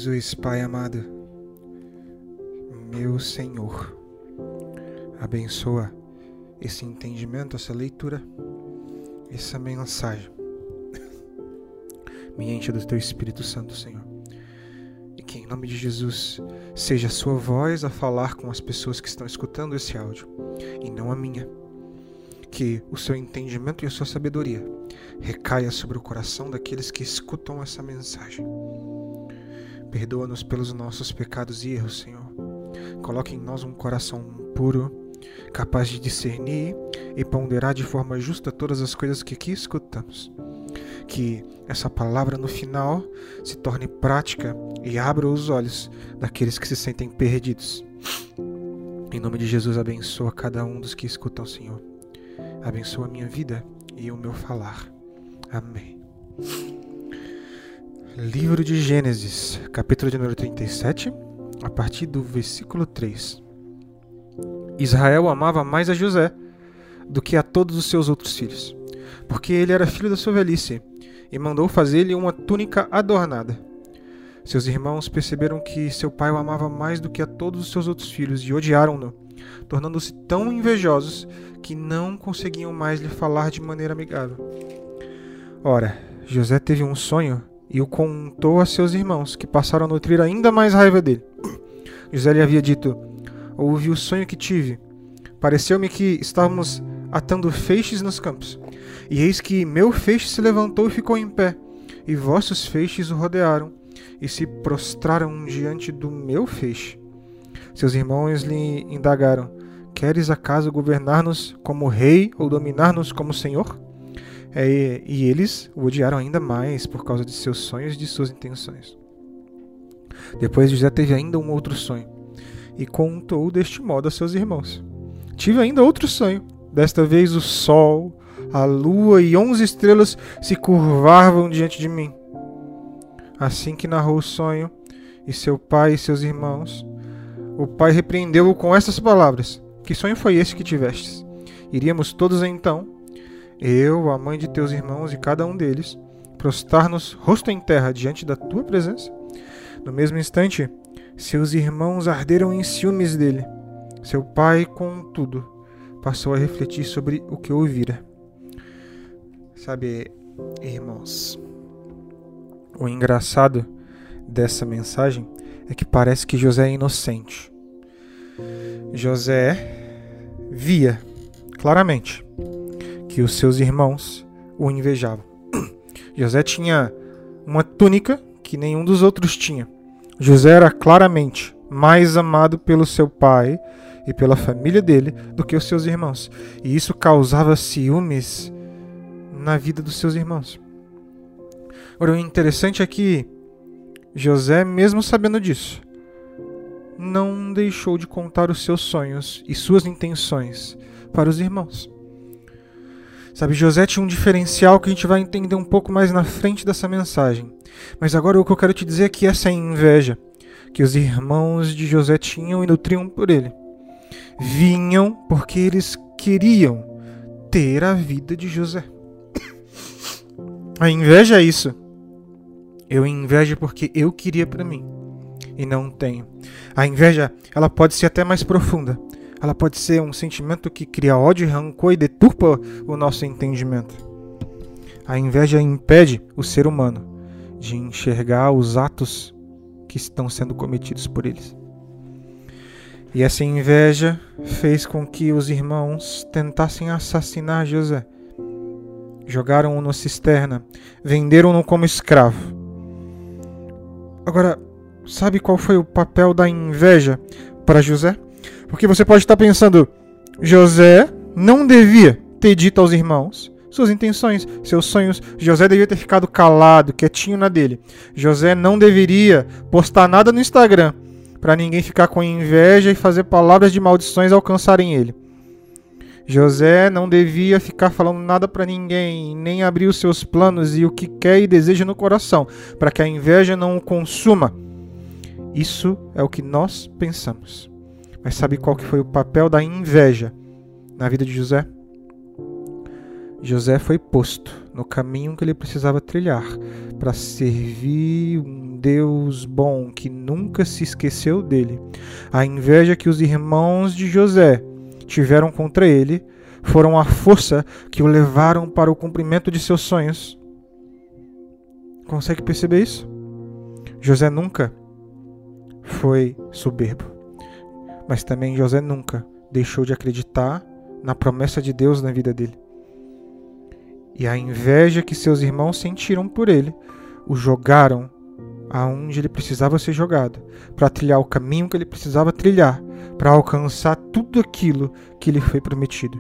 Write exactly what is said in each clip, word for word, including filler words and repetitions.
Jesus, Pai amado, meu Senhor, abençoa esse entendimento, essa leitura, essa mensagem. Me encha do Teu Espírito Santo, Senhor. E que em nome de Jesus seja a Sua voz a falar com as pessoas que estão escutando esse áudio, e não a minha. Que o Seu entendimento e a Sua sabedoria recaia sobre o coração daqueles que escutam essa mensagem. Perdoa-nos pelos nossos pecados e erros, Senhor. Coloque em nós um coração puro, capaz de discernir e ponderar de forma justa todas as coisas que aqui escutamos. Que essa palavra no final se torne prática e abra os olhos daqueles que se sentem perdidos. Em nome de Jesus, abençoa cada um dos que escutam, Senhor. Abençoa a minha vida e o meu falar. Amém. Livro de Gênesis, capítulo de número trinta e sete, a partir do versículo três. Israel amava mais a José do que a todos os seus outros filhos, porque ele era filho da sua velhice, e mandou fazer-lhe uma túnica adornada. Seus irmãos perceberam que seu pai o amava mais do que a todos os seus outros filhos e odiaram-no, tornando-se tão invejosos que não conseguiam mais lhe falar de maneira amigável. Ora, José teve um sonho e o contou a seus irmãos, que passaram a nutrir ainda mais raiva dele. José lhe havia dito: ouvi o sonho que tive. Pareceu-me que estávamos atando feixes nos campos. E eis que meu feixe se levantou e ficou em pé, e vossos feixes o rodearam, e se prostraram diante do meu feixe. Seus irmãos lhe indagaram: queres acaso governar-nos como rei ou dominar-nos como senhor? É, e eles o odiaram ainda mais por causa de seus sonhos e de suas intenções. Depois José teve ainda um outro sonho, e contou deste modo a seus irmãos: tive ainda outro sonho. Desta vez o sol, a lua e onze estrelas se curvavam diante de mim. Assim que narrou o sonho, e seu pai e seus irmãos, o pai repreendeu-o com estas palavras: que sonho foi esse que tivestes? Iríamos todos então, eu, a mãe de teus irmãos e cada um deles, prostrar-nos rosto em terra diante da tua presença? No mesmo instante, seus irmãos arderam em ciúmes dele. Seu pai, contudo, passou a refletir sobre o que ouvira. Sabe, irmãos, o engraçado dessa mensagem é que parece que José é inocente. José via claramente que os seus irmãos o invejavam. José tinha uma túnica que nenhum dos outros tinha. José era claramente mais amado pelo seu pai e pela família dele do que os seus irmãos. E isso causava ciúmes na vida dos seus irmãos. Ora, o interessante é que José, mesmo sabendo disso, não deixou de contar os seus sonhos e suas intenções para os irmãos. Sabe, José tinha um diferencial que a gente vai entender um pouco mais na frente dessa mensagem. Mas agora o que eu quero te dizer é que essa inveja que os irmãos de José tinham e nutriam por ele, vinham porque eles queriam ter a vida de José. A inveja é isso. Eu invejo porque eu queria para mim e não tenho. A inveja, ela pode ser até mais profunda. Ela pode ser um sentimento que cria ódio, rancor e deturpa o nosso entendimento. A inveja impede o ser humano de enxergar os atos que estão sendo cometidos por eles. E essa inveja fez com que os irmãos tentassem assassinar José. Jogaram-o na cisterna, venderam-no como escravo. Agora, sabe qual foi o papel da inveja para José? Porque você pode estar pensando: José não devia ter dito aos irmãos suas intenções, seus sonhos. José devia ter ficado calado, quietinho na dele. José não deveria postar nada no Instagram para ninguém ficar com inveja e fazer palavras de maldições alcançarem ele. José não devia ficar falando nada para ninguém, nem abrir os seus planos e o que quer e deseja no coração, para que a inveja não o consuma. Isso é o que nós pensamos. Mas sabe qual que foi o papel da inveja na vida de José? José foi posto no caminho que ele precisava trilhar para servir um Deus bom que nunca se esqueceu dele. A inveja que os irmãos de José tiveram contra ele foram a força que o levaram para o cumprimento de seus sonhos. Consegue perceber isso? José nunca foi soberbo, mas também José nunca deixou de acreditar na promessa de Deus na vida dele. E a inveja que seus irmãos sentiram por ele o jogaram aonde ele precisava ser jogado, para trilhar o caminho que ele precisava trilhar, para alcançar tudo aquilo que lhe foi prometido.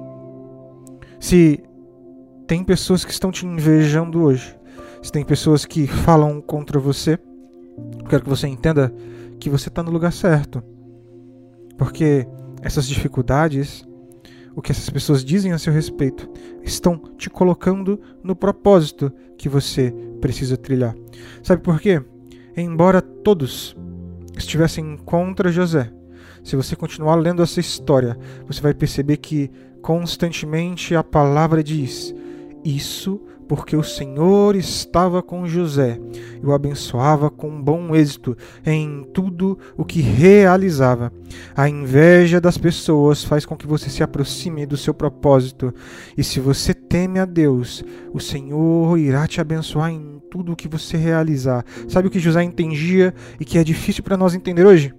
Se tem pessoas que estão te invejando hoje, se tem pessoas que falam contra você, eu quero que você entenda que você está no lugar certo. Porque essas dificuldades, o que essas pessoas dizem a seu respeito, estão te colocando no propósito que você precisa trilhar. Sabe por quê? Embora todos estivessem contra José, se você continuar lendo essa história, você vai perceber que constantemente a palavra diz: isso porque o Senhor estava com José e o abençoava com bom êxito em tudo o que realizava. A inveja das pessoas faz com que você se aproxime do seu propósito. E se você teme a Deus, o Senhor irá te abençoar em tudo o que você realizar. Sabe o que José entendia e que é difícil para nós entender hoje?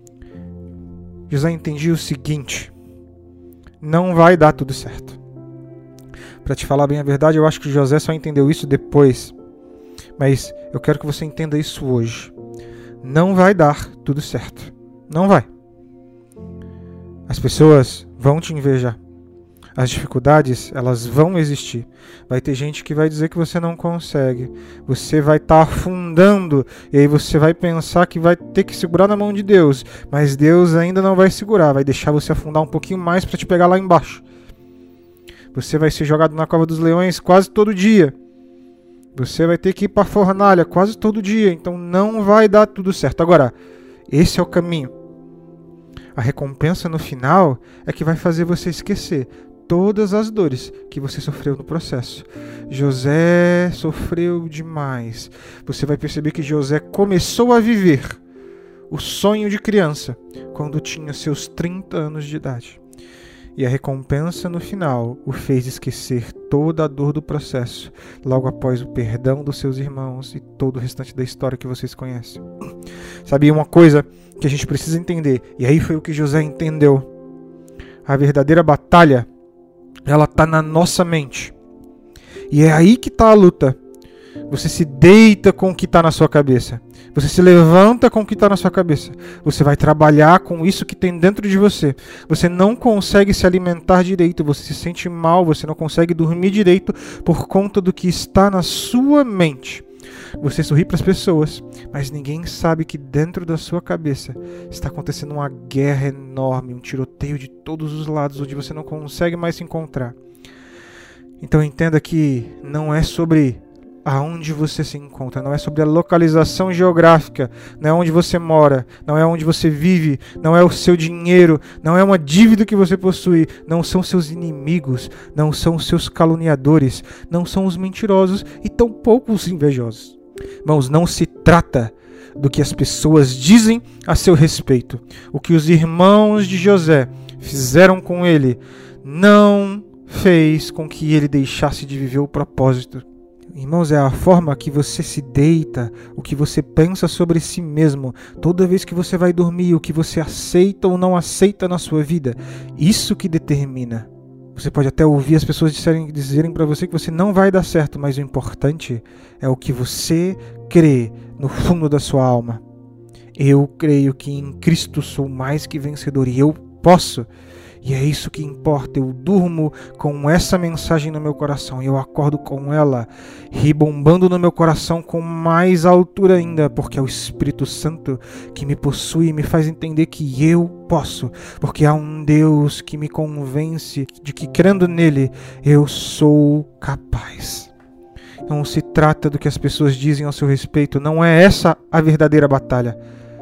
José entendia o seguinte: não vai dar tudo certo. Para te falar bem a verdade, eu acho que José só entendeu isso depois. Mas eu quero que você entenda isso hoje. Não vai dar tudo certo. Não vai. As pessoas vão te invejar. As dificuldades, elas vão existir. Vai ter gente que vai dizer que você não consegue. Você vai estar afundando. E aí você vai pensar que vai ter que segurar na mão de Deus. Mas Deus ainda não vai segurar. Vai deixar você afundar um pouquinho mais para te pegar lá embaixo. Você vai ser jogado na cova dos leões quase todo dia. Você vai ter que ir para a fornalha quase todo dia. Então não vai dar tudo certo. Agora, esse é o caminho. A recompensa no final é que vai fazer você esquecer todas as dores que você sofreu no processo. José sofreu demais. Você vai perceber que José começou a viver o sonho de criança quando tinha seus trinta anos de idade. E a recompensa no final o fez esquecer toda a dor do processo, logo após o perdão dos seus irmãos e todo o restante da história que vocês conhecem. Sabia uma coisa que a gente precisa entender, e aí foi o que José entendeu. A verdadeira batalha, ela está na nossa mente. E é aí que está a luta. Você se deita com o que está na sua cabeça. Você se levanta com o que está na sua cabeça. Você vai trabalhar com isso que tem dentro de você. Você não consegue se alimentar direito. Você se sente mal. Você não consegue dormir direito por conta do que está na sua mente. Você sorri para as pessoas, mas ninguém sabe que dentro da sua cabeça está acontecendo uma guerra enorme, um tiroteio de todos os lados, onde você não consegue mais se encontrar. Então entenda que não é sobre aonde você se encontra, não é sobre a localização geográfica, não é onde você mora, não é onde você vive, não é o seu dinheiro, não é uma dívida que você possui, não são seus inimigos, não são os seus caluniadores, não são os mentirosos e tampouco os invejosos. Irmãos, não se trata do que as pessoas dizem a seu respeito. O que os irmãos de José fizeram com ele não fez com que ele deixasse de viver o propósito. Irmãos, é a forma que você se deita, o que você pensa sobre si mesmo, toda vez que você vai dormir, o que você aceita ou não aceita na sua vida. Isso que determina. Você pode até ouvir as pessoas dizerem, dizerem para você que você não vai dar certo, mas o importante é o que você crê no fundo da sua alma. Eu creio que em Cristo sou mais que vencedor e eu posso. E é isso que importa. Eu durmo com essa mensagem no meu coração e eu acordo com ela rebombando no meu coração com mais altura ainda, porque é o Espírito Santo que me possui e me faz entender que eu posso, porque há um Deus que me convence de que crendo nele eu sou capaz. Não se trata do que as pessoas dizem ao seu respeito, não é essa a verdadeira batalha.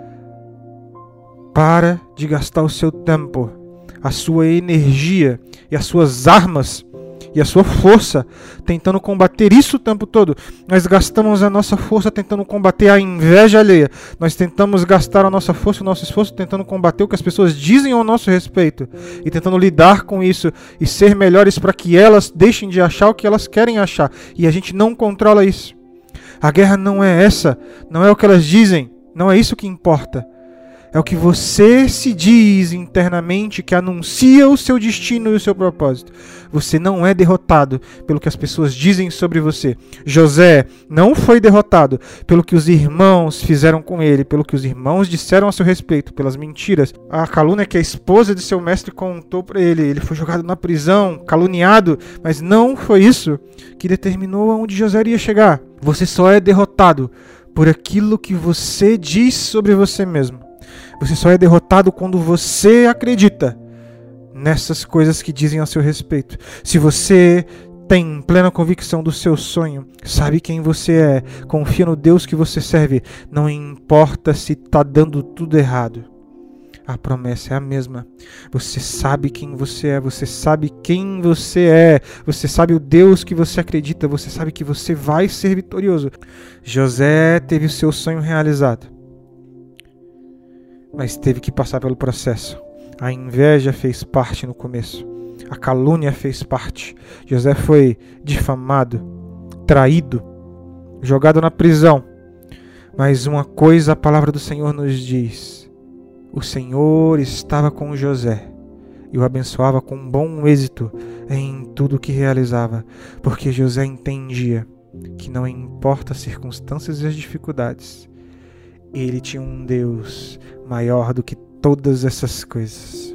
Para de gastar o seu tempo, a sua energia e as suas armas e a sua força tentando combater isso o tempo todo. Nós gastamos a nossa força tentando combater a inveja alheia. Nós tentamos gastar a nossa força, o nosso esforço tentando combater o que as pessoas dizem ao nosso respeito e tentando lidar com isso e ser melhores para que elas deixem de achar o que elas querem achar. E a gente não controla isso. A guerra não é essa, não é o que elas dizem, não é isso que importa. É o que você se diz internamente que anuncia o seu destino e o seu propósito. Você não é derrotado pelo que as pessoas dizem sobre você. José não foi derrotado pelo que os irmãos fizeram com ele, pelo que os irmãos disseram a seu respeito, pelas mentiras. A calúnia que a esposa de seu mestre contou para ele. Ele foi jogado na prisão, caluniado, mas não foi isso que determinou aonde José iria chegar. Você só é derrotado por aquilo que você diz sobre você mesmo. Você só é derrotado quando você acredita nessas coisas que dizem a seu respeito. Se você tem plena convicção do seu sonho, sabe quem você é, confia no Deus que você serve, não importa se está dando tudo errado. A promessa é a mesma. Você sabe quem você é, você sabe quem você é, você sabe o Deus que você acredita, você sabe que você vai ser vitorioso. José teve o seu sonho realizado, mas teve que passar pelo processo. A inveja fez parte no começo. A calúnia fez parte. José foi difamado, traído, jogado na prisão. Mas uma coisa a palavra do Senhor nos diz: o Senhor estava com José e o abençoava com bom êxito em tudo o que realizava, porque José entendia que não importa as circunstâncias e as dificuldades, ele tinha um Deus maior do que todas essas coisas.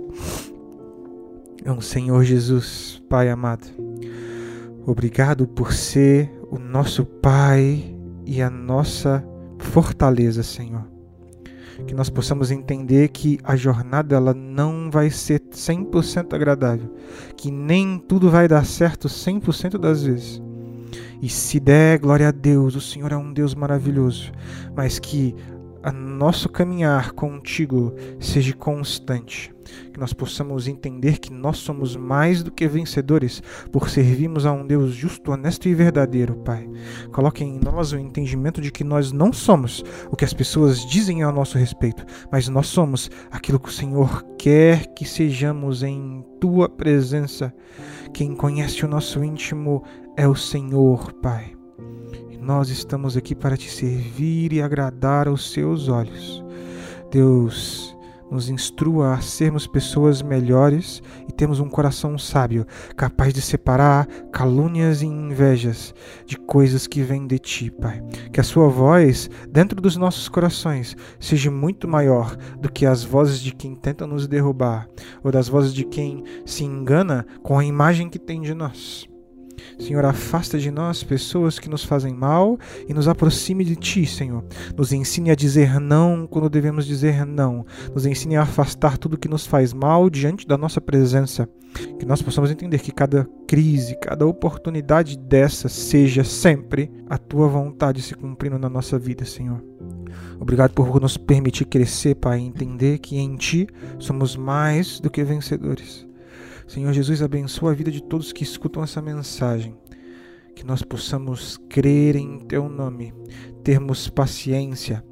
É um Senhor Jesus, Pai amado. Obrigado por ser o nosso Pai e a nossa fortaleza, Senhor. Que nós possamos entender que a jornada ela não vai ser cem por cento agradável. Que nem tudo vai dar certo cem por cento das vezes. E se der, glória a Deus, o Senhor é um Deus maravilhoso. Mas que a nosso caminhar contigo seja constante, que nós possamos entender que nós somos mais do que vencedores por servirmos a um Deus justo, honesto e verdadeiro, Pai. Coloque em nós o entendimento de que nós não somos o que as pessoas dizem a nosso respeito, mas nós somos aquilo que o Senhor quer que sejamos em Tua presença. Quem conhece o nosso íntimo é o Senhor, Pai. Nós estamos aqui para te servir e agradar aos seus olhos. Deus, nos instrua a sermos pessoas melhores e termos um coração sábio, capaz de separar calúnias e invejas de coisas que vêm de ti, Pai. Que a sua voz, dentro dos nossos corações, seja muito maior do que as vozes de quem tenta nos derrubar, ou das vozes de quem se engana com a imagem que tem de nós. Senhor, afasta de nós pessoas que nos fazem mal e nos aproxime de Ti, Senhor. Nos ensine a dizer não quando devemos dizer não. Nos ensine a afastar tudo que nos faz mal diante da nossa presença. Que nós possamos entender que cada crise, cada oportunidade dessa seja sempre a Tua vontade se cumprindo na nossa vida, Senhor. Obrigado por nos permitir crescer, Pai, e entender que em Ti somos mais do que vencedores. Senhor Jesus, abençoa a vida de todos que escutam essa mensagem. Que nós possamos crer em Teu nome, termos paciência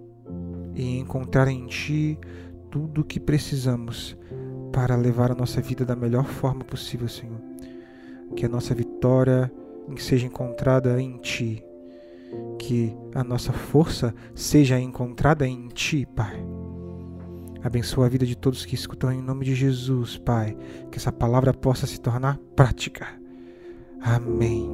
e encontrar em Ti tudo o que precisamos para levar a nossa vida da melhor forma possível, Senhor. Que a nossa vitória seja encontrada em Ti. Que a nossa força seja encontrada em Ti, Pai. Abençoa a vida de todos que escutam em nome de Jesus, Pai. Que essa palavra possa se tornar prática. Amém.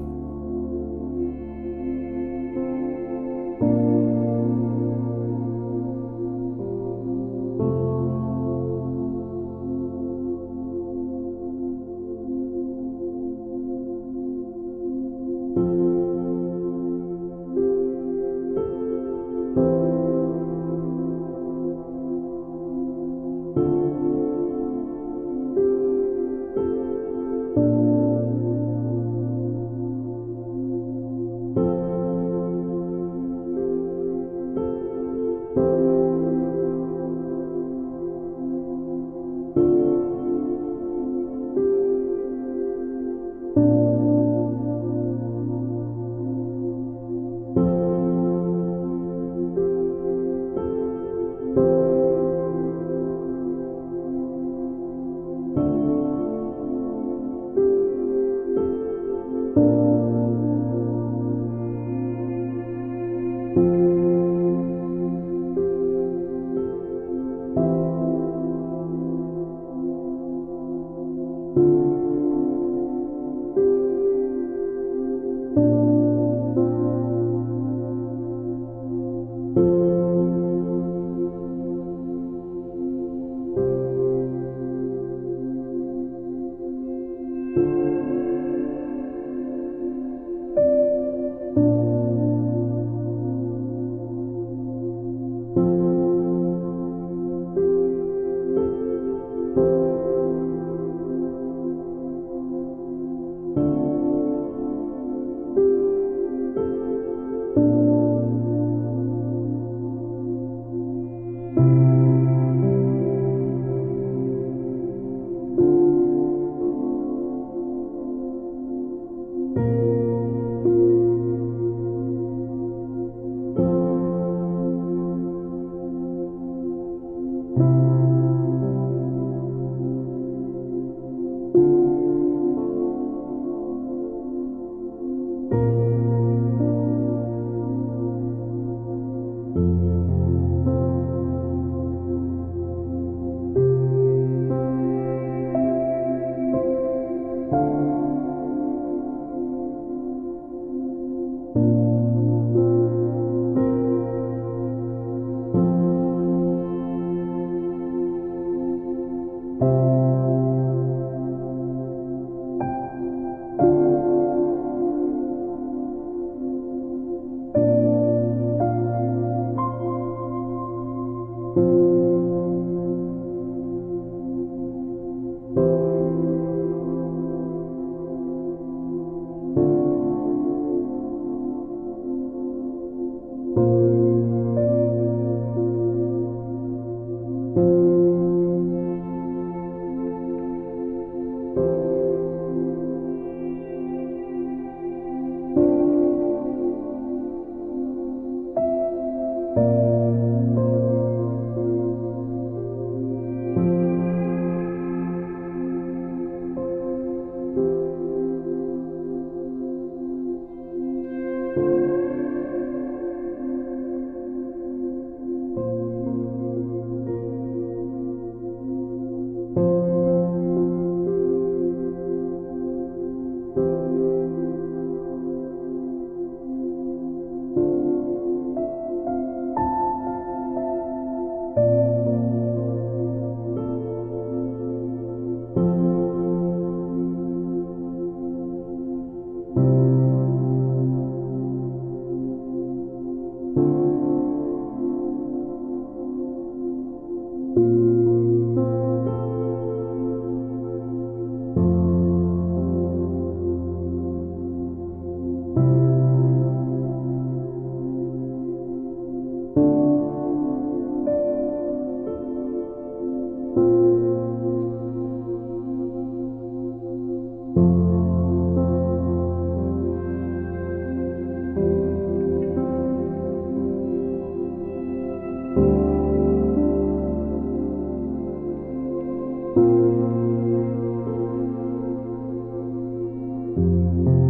Música